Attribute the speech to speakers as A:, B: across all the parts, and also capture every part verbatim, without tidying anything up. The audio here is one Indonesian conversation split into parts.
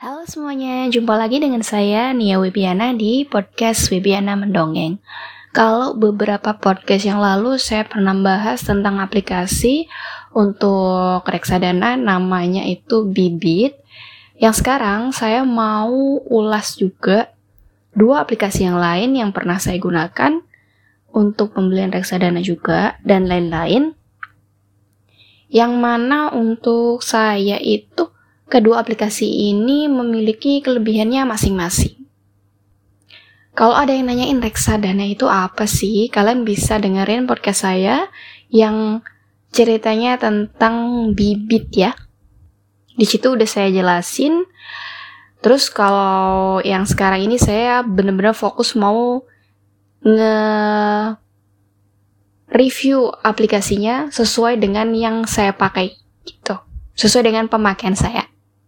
A: Halo semuanya, jumpa lagi dengan saya Nia Wibiana di podcast Wibiana Mendongeng. Kalau beberapa podcast yang lalu saya pernah bahas tentang aplikasi untuk reksadana, namanya itu Bibit. Yang sekarang saya mau ulas juga dua aplikasi yang lain yang pernah saya gunakan untuk pembelian reksadana juga dan lain-lain. Yang mana untuk saya itu kedua aplikasi ini memiliki kelebihannya masing-masing. Kalau ada yang nanyain reksadana itu apa sih? Kalian bisa dengerin podcast saya yang ceritanya tentang Bibit ya. Di situ udah saya jelasin. Terus kalau yang sekarang ini saya benar-benar fokus mau nge-review aplikasinya sesuai dengan yang saya pakai gitu. Sesuai dengan pemakaian saya.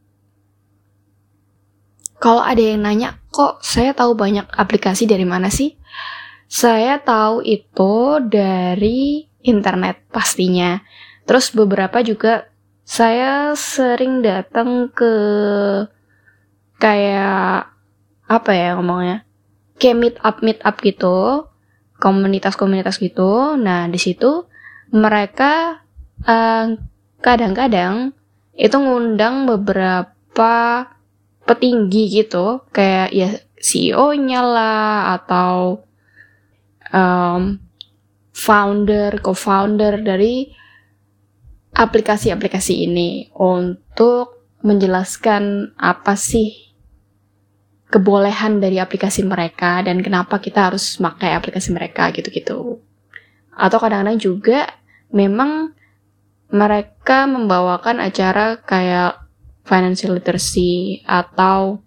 A: Kalau ada yang nanya, kok saya tahu banyak aplikasi dari mana sih? Saya tahu itu dari internet pastinya. Terus beberapa juga saya sering datang ke kayak apa ya ngomongnya? Kayak meet up meet up gitu, komunitas-komunitas gitu. Nah, di situ mereka uh, kadang-kadang itu ngundang beberapa petinggi gitu, kayak ya C E O-nya lah, atau um, founder, co-founder dari aplikasi-aplikasi ini untuk menjelaskan apa sih kebolehan dari aplikasi mereka dan kenapa kita harus pakai aplikasi mereka gitu-gitu. Atau kadang-kadang juga memang mereka membawakan acara kayak financial literacy atau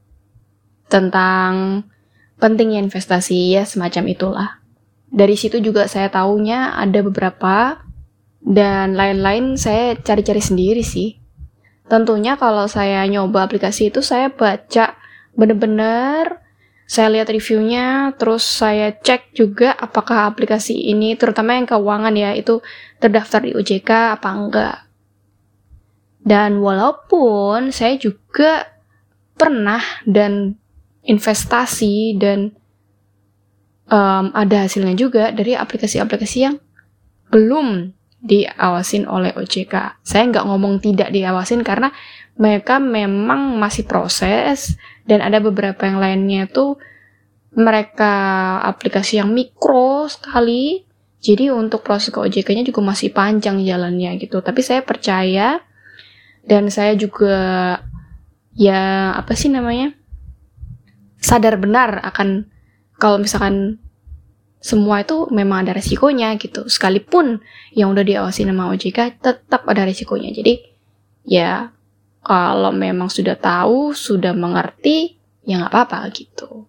A: tentang pentingnya investasi ya semacam itulah. Dari situ juga saya taunya ada beberapa dan lain-lain saya cari-cari sendiri sih. Tentunya kalau saya nyoba aplikasi itu saya baca bener-bener, saya lihat reviewnya, terus saya cek juga apakah aplikasi ini, terutama yang keuangan ya, itu terdaftar di O J K apa enggak. Dan walaupun saya juga pernah dan investasi dan um, ada hasilnya juga dari aplikasi-aplikasi yang belum diawasin oleh O J K. Saya nggak ngomong tidak diawasin karena mereka memang masih proses dan ada beberapa yang lainnya tuh mereka aplikasi yang mikro sekali. Jadi untuk proses ke O J K-nya juga masih panjang jalannya gitu. Tapi saya percaya dan saya juga ya apa sih namanya sadar benar akan kalau misalkan semua itu memang ada resikonya gitu. Sekalipun yang udah diawasi sama O J K tetap ada resikonya. Jadi ya kalau memang sudah tahu, sudah mengerti, ya nggak apa-apa gitu.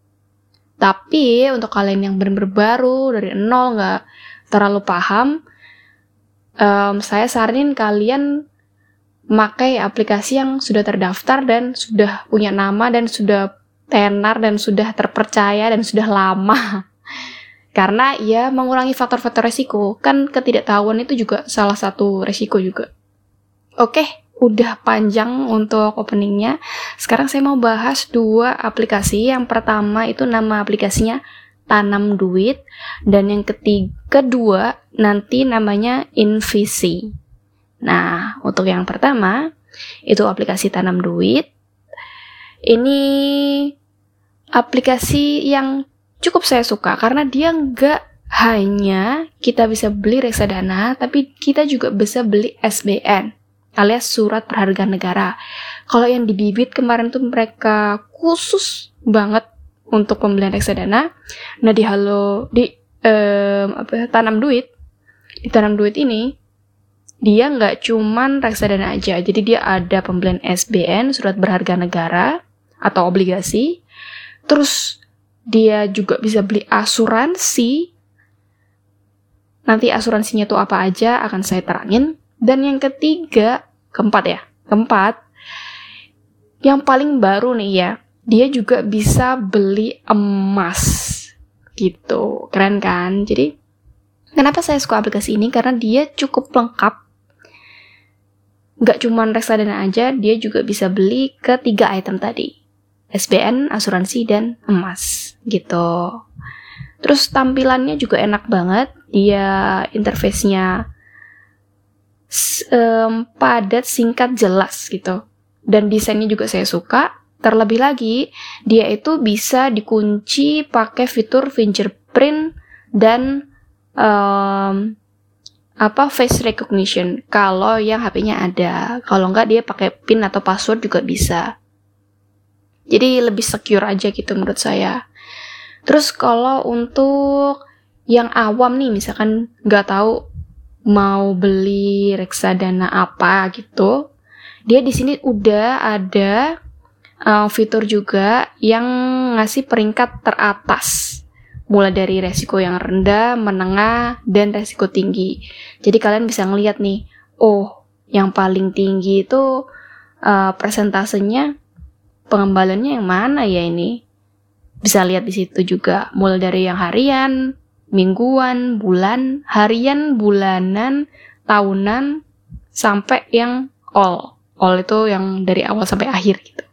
A: Tapi untuk kalian yang benar-benar baru dari nol nggak terlalu paham, um, saya saranin kalian memakai aplikasi yang sudah terdaftar dan sudah punya nama dan sudah tenar dan sudah terpercaya dan sudah lama. Karena ya mengurangi faktor-faktor resiko. Kan ketidaktahuan itu juga salah satu resiko juga. Oke, udah panjang untuk openingnya. Sekarang saya mau bahas dua aplikasi. Yang pertama itu nama aplikasinya Tanam Duit. Dan yang ketiga, kedua nanti namanya Invisi. Nah, untuk yang pertama, itu aplikasi Tanam Duit. Ini aplikasi yang cukup saya suka, karena dia nggak hanya kita bisa beli reksadana, tapi kita juga bisa beli S B N, alias Surat Berharga Negara. Kalau yang di Bibit kemarin tuh mereka khusus banget untuk pembelian reksadana. Nah, di Halo, di um, apa, Tanam Duit, di Tanam Duit ini, dia nggak cuman reksadana aja, jadi dia ada pembelian S B N, surat berharga negara, atau obligasi, terus dia juga bisa beli asuransi, nanti asuransinya tuh apa aja akan saya terangin, dan yang ketiga, keempat ya, keempat, yang paling baru nih ya, dia juga bisa beli emas, gitu, keren kan? Jadi, kenapa saya suka aplikasi ini? Karena dia cukup lengkap, nggak cuman reksadana aja, dia juga bisa beli ke tiga item tadi. S B N, asuransi, dan emas gitu. Terus tampilannya juga enak banget. Dia interface-nya um, padat, singkat, jelas gitu. Dan desainnya juga saya suka. Terlebih lagi, dia itu bisa dikunci pakai fitur fingerprint dan um, apa face recognition. Kalau yang H P-nya ada, kalau nggak dia pakai PIN atau password juga bisa. Jadi lebih secure aja gitu menurut saya. Terus kalau untuk yang awam nih, misalkan nggak tahu mau beli reksadana apa gitu, dia di sini udah ada Uh, fitur juga yang ngasih peringkat teratas, mulai dari resiko yang rendah, menengah, dan resiko tinggi. Jadi kalian bisa ngeliat nih, oh yang paling tinggi itu uh, persentasenya pengembaliannya yang mana ya ini? Bisa lihat di situ juga, mulai dari yang harian, mingguan, bulan, harian, bulanan, tahunan, sampai yang all. All itu yang dari awal sampai akhir gitu.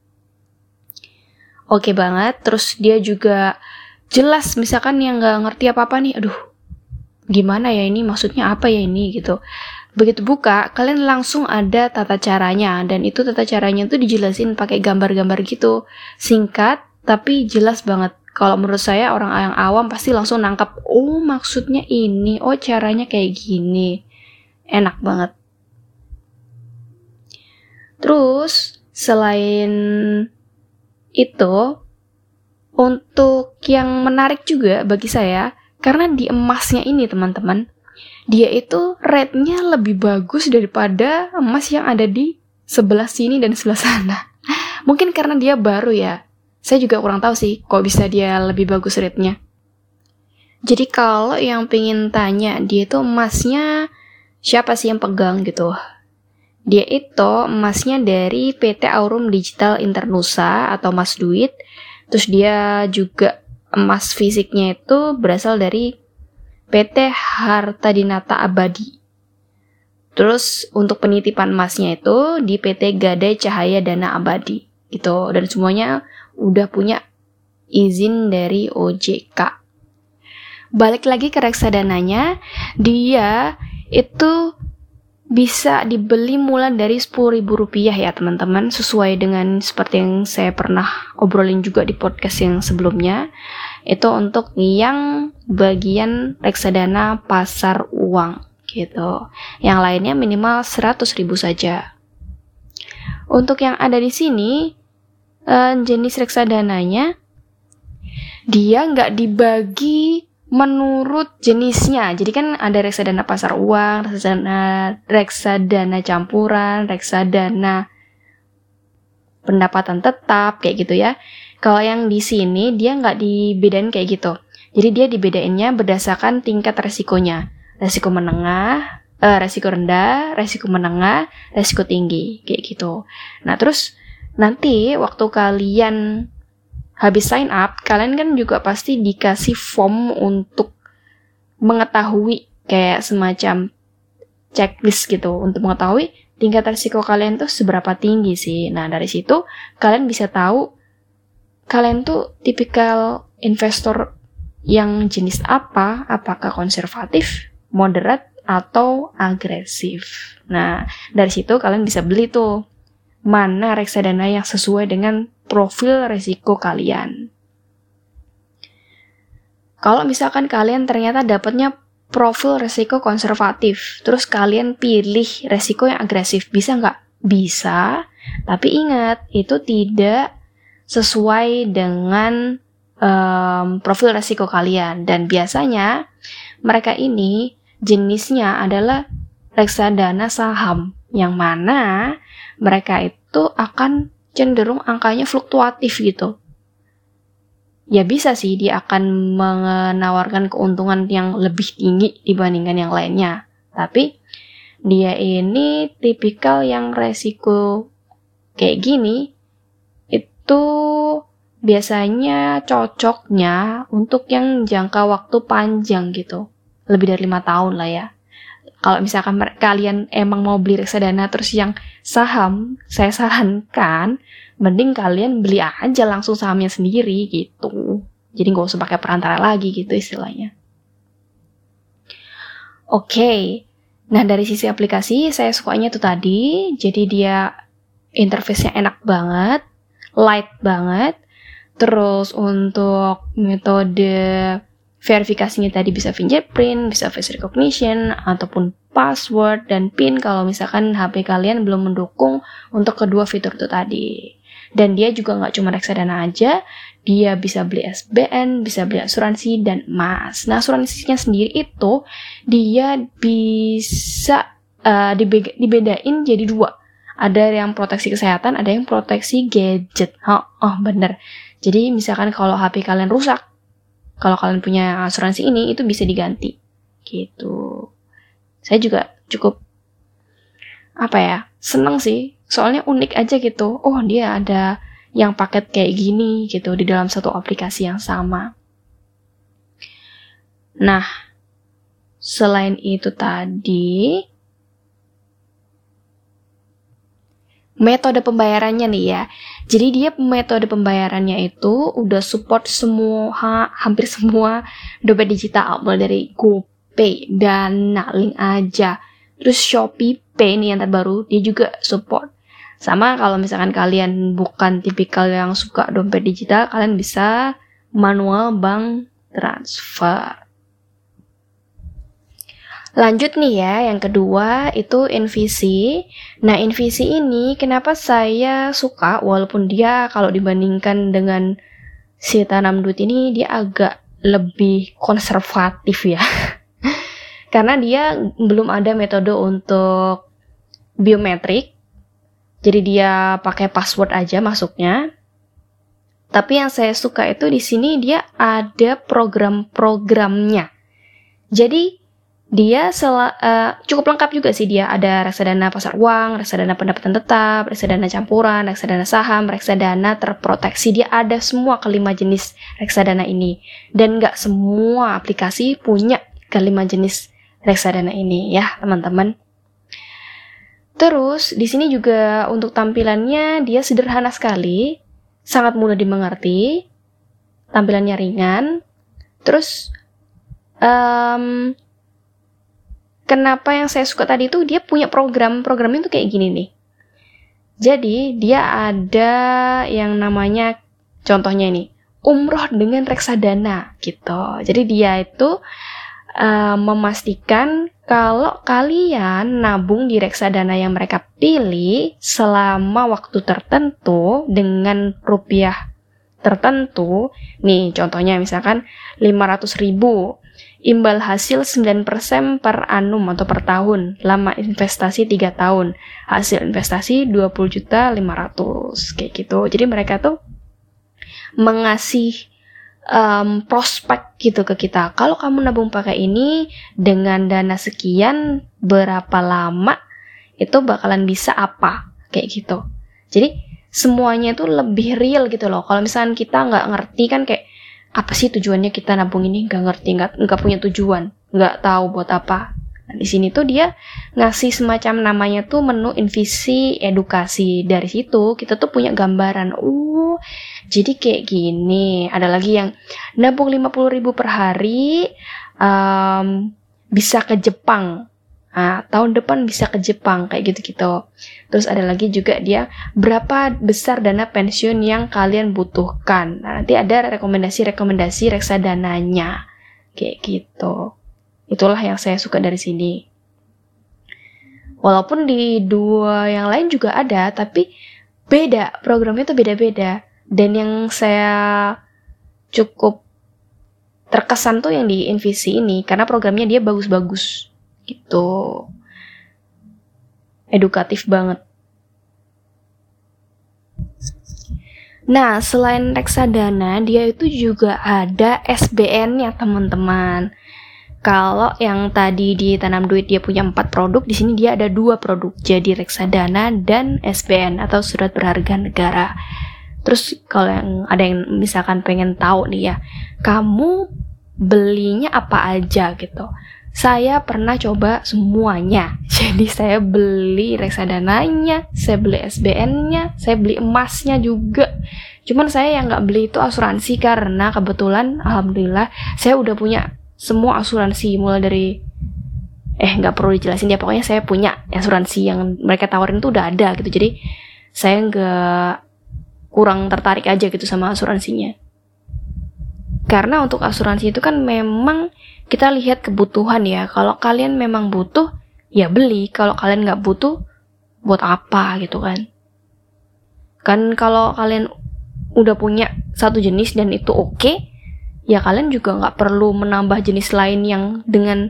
A: Oke banget. Terus dia juga jelas, misalkan yang gak ngerti apa-apa nih, aduh gimana ya ini, maksudnya apa ya ini gitu. Begitu buka, kalian langsung ada tata caranya, dan itu tata caranya tuh dijelasin pakai gambar-gambar gitu, singkat tapi jelas banget. Kalau menurut saya orang yang awam pasti langsung nangkap, oh maksudnya ini, oh caranya kayak gini. Enak banget. Terus selain itu, untuk yang menarik juga bagi saya, karena di emasnya ini teman-teman, dia itu rate-nya lebih bagus daripada emas yang ada di sebelah sini dan sebelah sana. Mungkin karena dia baru ya, saya juga kurang tahu sih kok bisa dia lebih bagus rate-nya. Jadi kalau yang pengen tanya, dia itu emasnya siapa sih yang pegang gitu, dia itu emasnya dari P T Aurum Digital Internusa atau Mas Duit. Terus dia juga emas fisiknya itu berasal dari P T Harta Dinata Abadi. Terus untuk penitipan emasnya itu di P T Gadai Cahaya Dana Abadi gitu. Dan semuanya udah punya izin dari O J K. Balik lagi ke reksadananya, dia itu bisa dibeli mulai dari sepuluh ribu rupiah ya teman-teman, sesuai dengan seperti yang saya pernah obrolin juga di podcast yang sebelumnya. Itu untuk yang bagian reksadana pasar uang gitu. Yang lainnya minimal seratus ribu saja. Untuk yang ada di sini, eh, jenis reksadananya dia nggak dibagi menurut jenisnya. Jadi kan ada reksadana pasar uang, reksadana, reksadana campuran, reksadana pendapatan tetap, kayak gitu ya. Kalau yang di sini dia nggak dibedain kayak gitu. Jadi dia dibedainnya berdasarkan tingkat resikonya. Resiko menengah, eh, resiko rendah, resiko menengah, resiko tinggi, kayak gitu. Nah terus nanti waktu kalian habis sign up, kalian kan juga pasti dikasih form untuk mengetahui kayak semacam checklist gitu untuk mengetahui tingkat risiko kalian tuh seberapa tinggi sih. Nah dari situ kalian bisa tahu kalian tuh tipikal investor yang jenis apa, apakah konservatif, moderat, atau agresif. Nah dari situ kalian bisa beli tuh mana reksadana yang sesuai dengan profil risiko kalian. Kalau misalkan kalian ternyata dapatnya profil risiko konservatif, terus kalian pilih risiko yang agresif, bisa nggak? Bisa, tapi ingat itu tidak sesuai dengan um, profil risiko kalian. Dan biasanya mereka ini jenisnya adalah reksadana saham, yang mana mereka itu akan cenderung angkanya fluktuatif gitu. Ya bisa sih dia akan menawarkan keuntungan yang lebih tinggi dibandingkan yang lainnya. Tapi dia ini tipikal yang resiko kayak gini itu biasanya cocoknya untuk yang jangka waktu panjang gitu. Lebih dari lima tahun lah ya. kalau misalkan mer- kalian emang mau beli reksadana terus yang saham, saya sarankan mending kalian beli aja langsung sahamnya sendiri gitu. Jadi nggak usah pakai perantara lagi gitu istilahnya. Oke, okay. Nah dari sisi aplikasi saya sukanya itu tadi, jadi dia interface-nya enak banget, light banget. Terus untuk metode verifikasinya tadi bisa fingerprint, bisa face recognition, ataupun password dan PIN kalau misalkan H P kalian belum mendukung untuk kedua fitur itu tadi. Dan dia juga nggak cuma reksadana aja, dia bisa beli S B N, bisa beli asuransi, dan emas. Nah asuransinya sendiri itu dia bisa uh, dibe- dibedain jadi dua. Ada yang proteksi kesehatan, ada yang proteksi gadget. Oh, oh bener. Jadi misalkan kalau H P kalian rusak, kalau kalian punya asuransi ini, itu bisa diganti. Gitu. Saya juga cukup, apa ya, seneng sih. Soalnya unik aja gitu. Oh dia ada yang paket kayak gini gitu di dalam satu aplikasi yang sama. Nah, selain itu tadi, metode pembayarannya nih ya. Jadi dia metode pembayarannya itu udah support semua, ha, hampir semua dompet digital, mulai dari GoPay, Dana, Link Aja, terus Shopee Pay nih yang terbaru, dia juga support. Sama kalau misalkan kalian bukan tipikal yang suka dompet digital, kalian bisa manual bank transfer. Lanjut nih ya, yang kedua itu Invisi. Nah, Invisi ini kenapa saya suka, walaupun dia kalau dibandingkan dengan si tanam duit ini, dia agak lebih konservatif ya. Karena dia belum ada metode untuk biometrik, jadi dia pakai password aja masuknya. Tapi yang saya suka itu di sini dia ada program-programnya. Jadi dia sel- uh, cukup lengkap juga sih dia. Ada reksadana pasar uang, reksadana pendapatan tetap, reksadana campuran, reksadana saham, reksadana terproteksi. Dia ada semua kelima jenis reksadana ini. Dan nggak semua aplikasi punya kelima jenis reksadana ini ya teman-teman. Terus di sini juga untuk tampilannya dia sederhana sekali, sangat mudah dimengerti, tampilannya ringan. Terus um, kenapa yang saya suka tadi itu dia punya program-programnya tuh kayak gini nih. Jadi dia ada yang namanya, contohnya ini, umroh dengan reksadana gitu. Jadi dia itu uh, memastikan kalau kalian nabung di reksadana yang mereka pilih selama waktu tertentu dengan rupiah tertentu. Nih contohnya misalkan lima ratus ribu. Imbal hasil sembilan persen per annum atau per tahun. Lama investasi tiga tahun. Hasil investasi dua puluh juta lima ratus. Kayak gitu. Jadi mereka tuh mengasih um, prospek gitu ke kita. Kalau kamu nabung pakai ini dengan dana sekian berapa lama itu bakalan bisa apa. Kayak gitu. Jadi semuanya tuh lebih real gitu loh. Kalau misalnya kita nggak ngerti kan kayak apa sih tujuannya kita nabung ini, nggak ngerti, nggak nggak punya tujuan, nggak tahu buat apa. Nah, di sini tuh dia ngasih semacam namanya tuh menu Invisi edukasi. Dari situ kita tuh punya gambaran. Oh, jadi kayak gini. Ada lagi yang nabung lima puluh ribu per hari um, bisa ke Jepang. Nah, tahun depan bisa ke Jepang kayak gitu-gitu. Terus ada lagi juga dia berapa besar dana pensiun yang kalian butuhkan. Nah, nanti ada rekomendasi-rekomendasi reksadananya kayak gitu. Itulah yang saya suka dari sini. Walaupun di dua yang lain juga ada, tapi beda, programnya tuh beda-beda. Dan yang saya cukup terkesan tuh yang di Invisi ini karena programnya dia bagus-bagus. Gitu, edukatif banget. Nah, selain reksadana, dia itu juga ada S B N-nya teman-teman. Kalau yang tadi di Tanam Duit dia punya empat produk, di sini dia ada dua produk, jadi reksadana dan S B N atau surat berharga negara. Terus kalau yang ada yang misalkan pengen tahu nih ya, kamu belinya apa aja gitu. saya pernah coba semuanya. Jadi saya beli reksadananya, saya beli S B N-nya, saya beli emasnya juga. Cuman saya yang nggak beli itu asuransi karena kebetulan alhamdulillah saya udah punya semua asuransi mulai dari eh nggak perlu dijelasin ya, pokoknya saya punya asuransi yang mereka tawarin tuh udah ada gitu. Jadi saya nggak kurang tertarik aja gitu sama asuransinya. Karena untuk asuransi itu kan memang kita lihat kebutuhan ya. Kalau kalian memang butuh, ya beli. Kalau kalian nggak butuh, buat apa gitu kan. Kan kalau kalian udah punya satu jenis dan itu oke, ya kalian juga nggak perlu menambah jenis lain yang dengan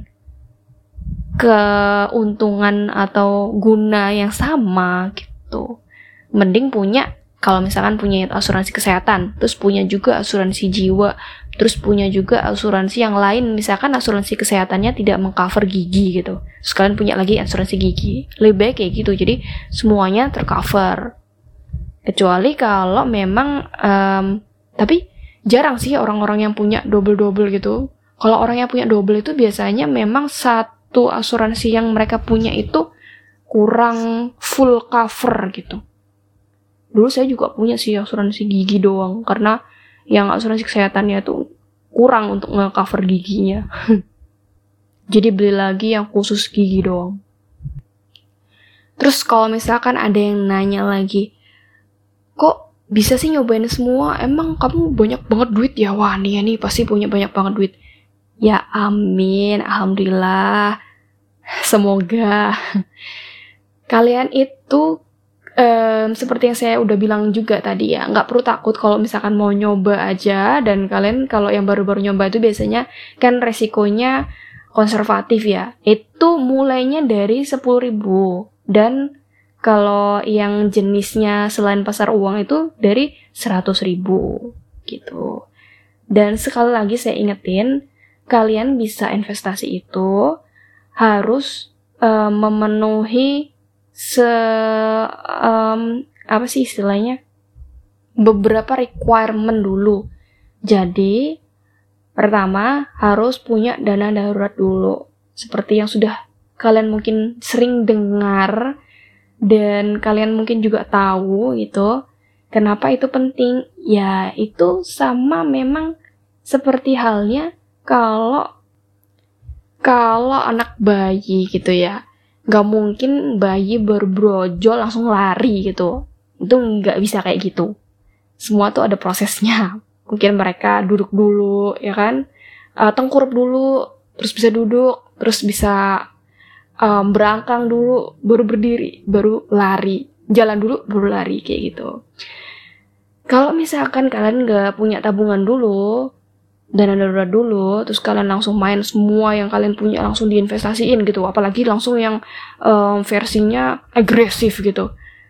A: keuntungan atau guna yang sama gitu. Mending punya, kalau misalkan punya asuransi kesehatan, terus punya juga asuransi jiwa, terus punya juga asuransi yang lain, misalkan asuransi kesehatannya tidak mengcover gigi gitu, terus kalian punya lagi asuransi gigi, lebih baik kayak gitu, jadi semuanya tercover. Kecuali kalau memang, um, tapi jarang sih orang-orang yang punya double-double gitu. Kalau orang yang punya double itu biasanya memang satu asuransi yang mereka punya itu kurang full cover gitu. Dulu saya juga punya sih asuransi gigi doang, karena yang asuransi kesehatannya tuh kurang untuk nge-cover giginya. Jadi beli lagi yang khusus gigi doang. Terus kalau misalkan ada yang nanya lagi, kok bisa sih nyobain semua? Emang kamu banyak banget duit ya? Wah nih ya nih pasti punya banyak banget duit. Ya amin, alhamdulillah. Semoga kalian itu Um, seperti yang saya udah bilang juga tadi ya, nggak perlu takut kalau misalkan mau nyoba aja. Dan kalian kalau yang baru-baru nyoba itu biasanya kan resikonya konservatif ya, itu mulainya dari sepuluh ribu, dan kalau yang jenisnya selain pasar uang itu dari seratus ribu gitu. Dan sekali lagi saya ingetin, kalian bisa investasi itu harus um, memenuhi se um, apa sih istilahnya, beberapa requirement dulu. Jadi pertama harus punya dana darurat dulu, seperti yang sudah kalian mungkin sering dengar dan kalian mungkin juga tahu gitu. Kenapa itu penting? Ya itu sama memang seperti halnya kalau kalau anak bayi gitu ya. Gak mungkin bayi baru brojol langsung lari gitu. Itu gak bisa kayak gitu. Semua tuh ada prosesnya. Mungkin mereka duduk dulu, ya kan? Uh, tengkurap dulu, terus bisa duduk, terus bisa um, berangkang dulu, baru berdiri, baru lari. Jalan dulu, baru lari, kayak gitu. Kalau misalkan kalian gak punya tabungan dulu, dana darurat dulu, terus kalian langsung main semua yang kalian punya langsung diinvestasiin gitu, apalagi langsung yang um, versinya agresif gitu.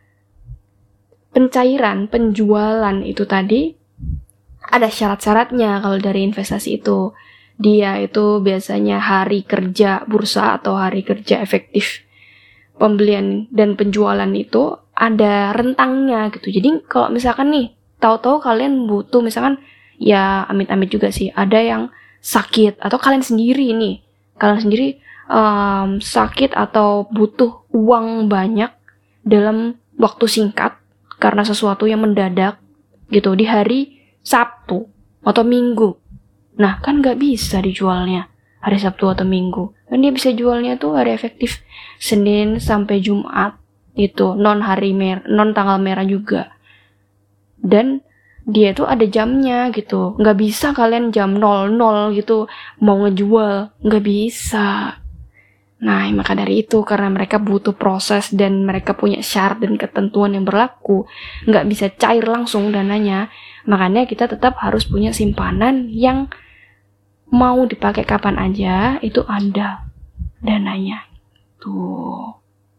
A: Pencairan, penjualan itu tadi ada syarat-syaratnya. Kalau dari investasi itu, dia itu biasanya hari kerja bursa atau hari kerja efektif pembelian dan penjualan itu ada rentangnya gitu. Jadi kalau misalkan nih tahu-tahu kalian butuh, misalkan ya amit-amit juga sih, ada yang sakit atau kalian sendiri nih, kalian sendiri um, sakit atau butuh uang banyak dalam waktu singkat karena sesuatu yang mendadak gitu di hari Sabtu atau Minggu. Nah kan gak bisa dijualnya hari Sabtu atau Minggu, kan dia bisa jualnya tuh hari efektif Senin sampai Jumat itu, non hari mer- non tanggal merah juga. Dan dia tuh ada jamnya gitu, nggak bisa kalian jam nol nol gitu mau ngejual, nggak bisa. Nah maka dari itu, karena mereka butuh proses dan mereka punya syarat dan ketentuan yang berlaku, nggak bisa cair langsung dananya, makanya kita tetap harus punya simpanan yang mau dipakai kapan aja itu ada dananya tuh.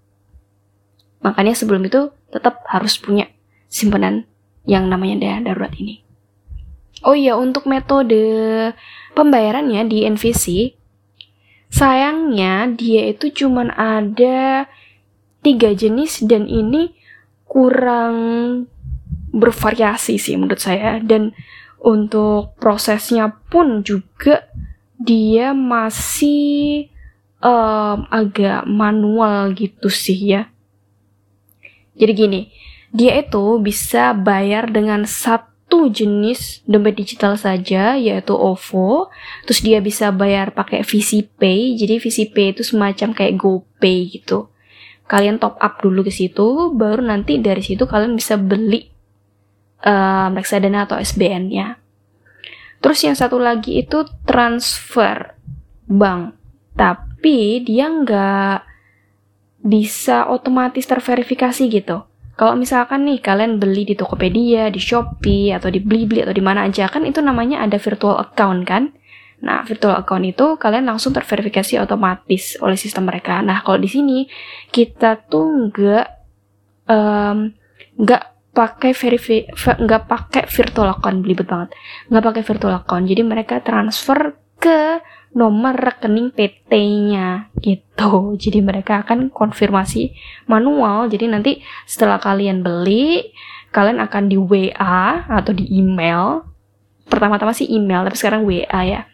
A: Makanya sebelum itu tetap harus punya simpanan yang namanya dana darurat ini. Oh iya, untuk metode pembayarannya di N V C, sayangnya dia itu cuman ada tiga jenis dan ini kurang bervariasi sih menurut saya. Dan untuk prosesnya pun juga dia masih um, agak manual gitu sih ya. Jadi gini, dia itu bisa bayar dengan satu jenis dompet digital saja, yaitu O V O. Terus dia bisa bayar pakai VisiPay. Jadi VisiPay itu semacam kayak GoPay gitu. Kalian top up dulu ke situ, baru nanti dari situ kalian bisa beli um, reksadana atau S B N-nya. Terus yang satu lagi itu transfer bank. Tapi dia nggak bisa otomatis terverifikasi gitu. Kalau misalkan nih kalian beli di Tokopedia, di Shopee, atau di Blibli, atau di mana aja, kan itu namanya ada virtual account kan. Nah, virtual account itu kalian langsung terverifikasi otomatis oleh sistem mereka. Nah, kalau di sini kita tuh nggak um, nggak pakai verifi nggak pakai virtual account, belibet banget. Nggak pakai virtual account. Jadi mereka transfer ke nomor rekening P T-nya gitu. Jadi mereka akan konfirmasi manual. Jadi nanti setelah kalian beli, kalian akan di W A atau di email. Pertama-tama sih email, tapi sekarang W A ya.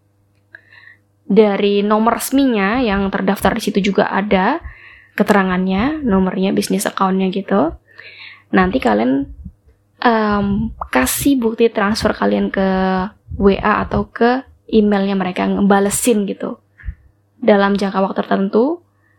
A: Dari nomor resminya yang terdaftar di situ juga ada keterangannya, nomornya, bisnis account-nya gitu. Nanti kalian um, kasih bukti transfer kalian ke W A atau ke emailnya mereka, ngebalesin gitu dalam jangka waktu tertentu.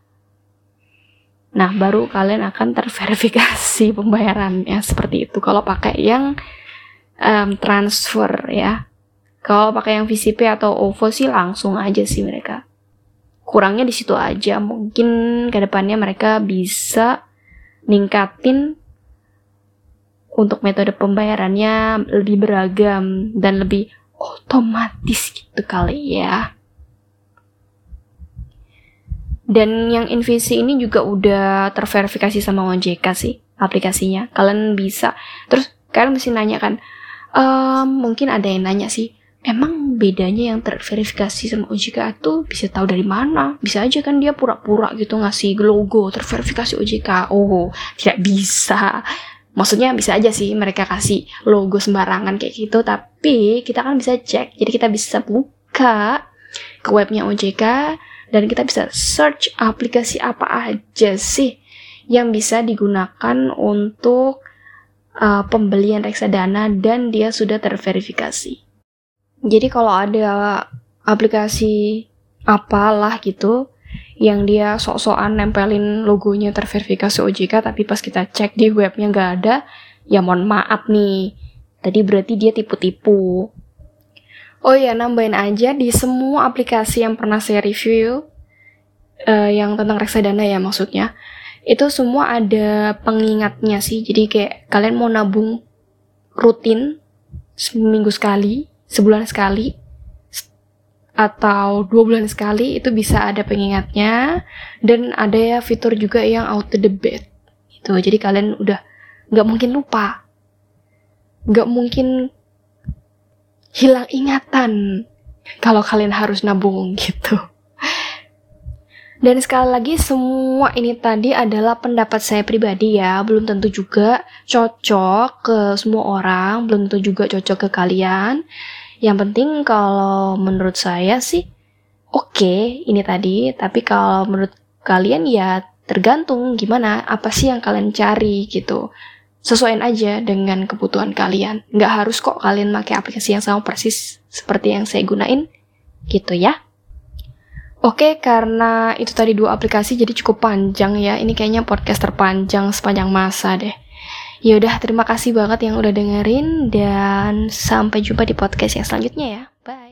A: Nah, baru kalian akan terverifikasi pembayarannya seperti itu kalau pakai yang um, transfer ya. Kalau pakai yang VisiPay atau O V O sih langsung aja sih mereka. Kurangnya di situ aja. Mungkin kedepannya mereka bisa ningkatin untuk metode pembayarannya lebih beragam dan lebih otomatis gitu kali ya. Dan yang Invisi ini juga udah terverifikasi sama O J K sih aplikasinya. Kalian bisa. Terus kalian mesti nanya kan, um, mungkin ada yang nanya sih, emang bedanya yang terverifikasi sama O J K itu bisa tahu dari mana? Bisa aja kan dia pura-pura gitu ngasih logo terverifikasi O J K. Oh, tidak bisa. Maksudnya bisa aja sih mereka kasih logo sembarangan kayak gitu, tapi kita kan bisa cek. Jadi kita bisa buka ke webnya O J K dan kita bisa search aplikasi apa aja sih yang bisa digunakan untuk uh, pembelian reksadana dan dia sudah terverifikasi. Jadi kalau ada aplikasi apalah gitu yang dia sok-sokan nempelin logonya terverifikasi O J K, tapi pas kita cek di webnya nggak ada, ya mohon maaf nih, tadi berarti dia tipu-tipu. Oh ya, nambahin aja, di semua aplikasi yang pernah saya review, uh, yang tentang reksadana ya maksudnya, itu semua ada pengingatnya sih. Jadi kayak kalian mau nabung rutin, seminggu sekali, sebulan sekali, atau dua bulan sekali, itu bisa ada pengingatnya. Dan ada ya fitur juga yang auto debit gitu. Jadi kalian udah gak mungkin lupa, gak mungkin hilang ingatan kalau kalian harus nabung gitu. Dan sekali lagi, semua ini tadi adalah pendapat saya pribadi ya, belum tentu juga cocok ke semua orang, belum tentu juga cocok ke kalian. Yang penting kalau menurut saya sih oke okay, ini tadi, tapi kalau menurut kalian ya tergantung gimana, apa sih yang kalian cari gitu. Sesuaiin aja dengan kebutuhan kalian. Nggak harus kok kalian pakai aplikasi yang sama persis seperti yang saya gunain gitu ya. Oke, okay, karena itu tadi dua aplikasi jadi cukup panjang ya. Ini kayaknya podcast terpanjang sepanjang masa deh. Yaudah, terima kasih banget yang udah dengerin dan sampai jumpa di podcast yang selanjutnya ya. Bye.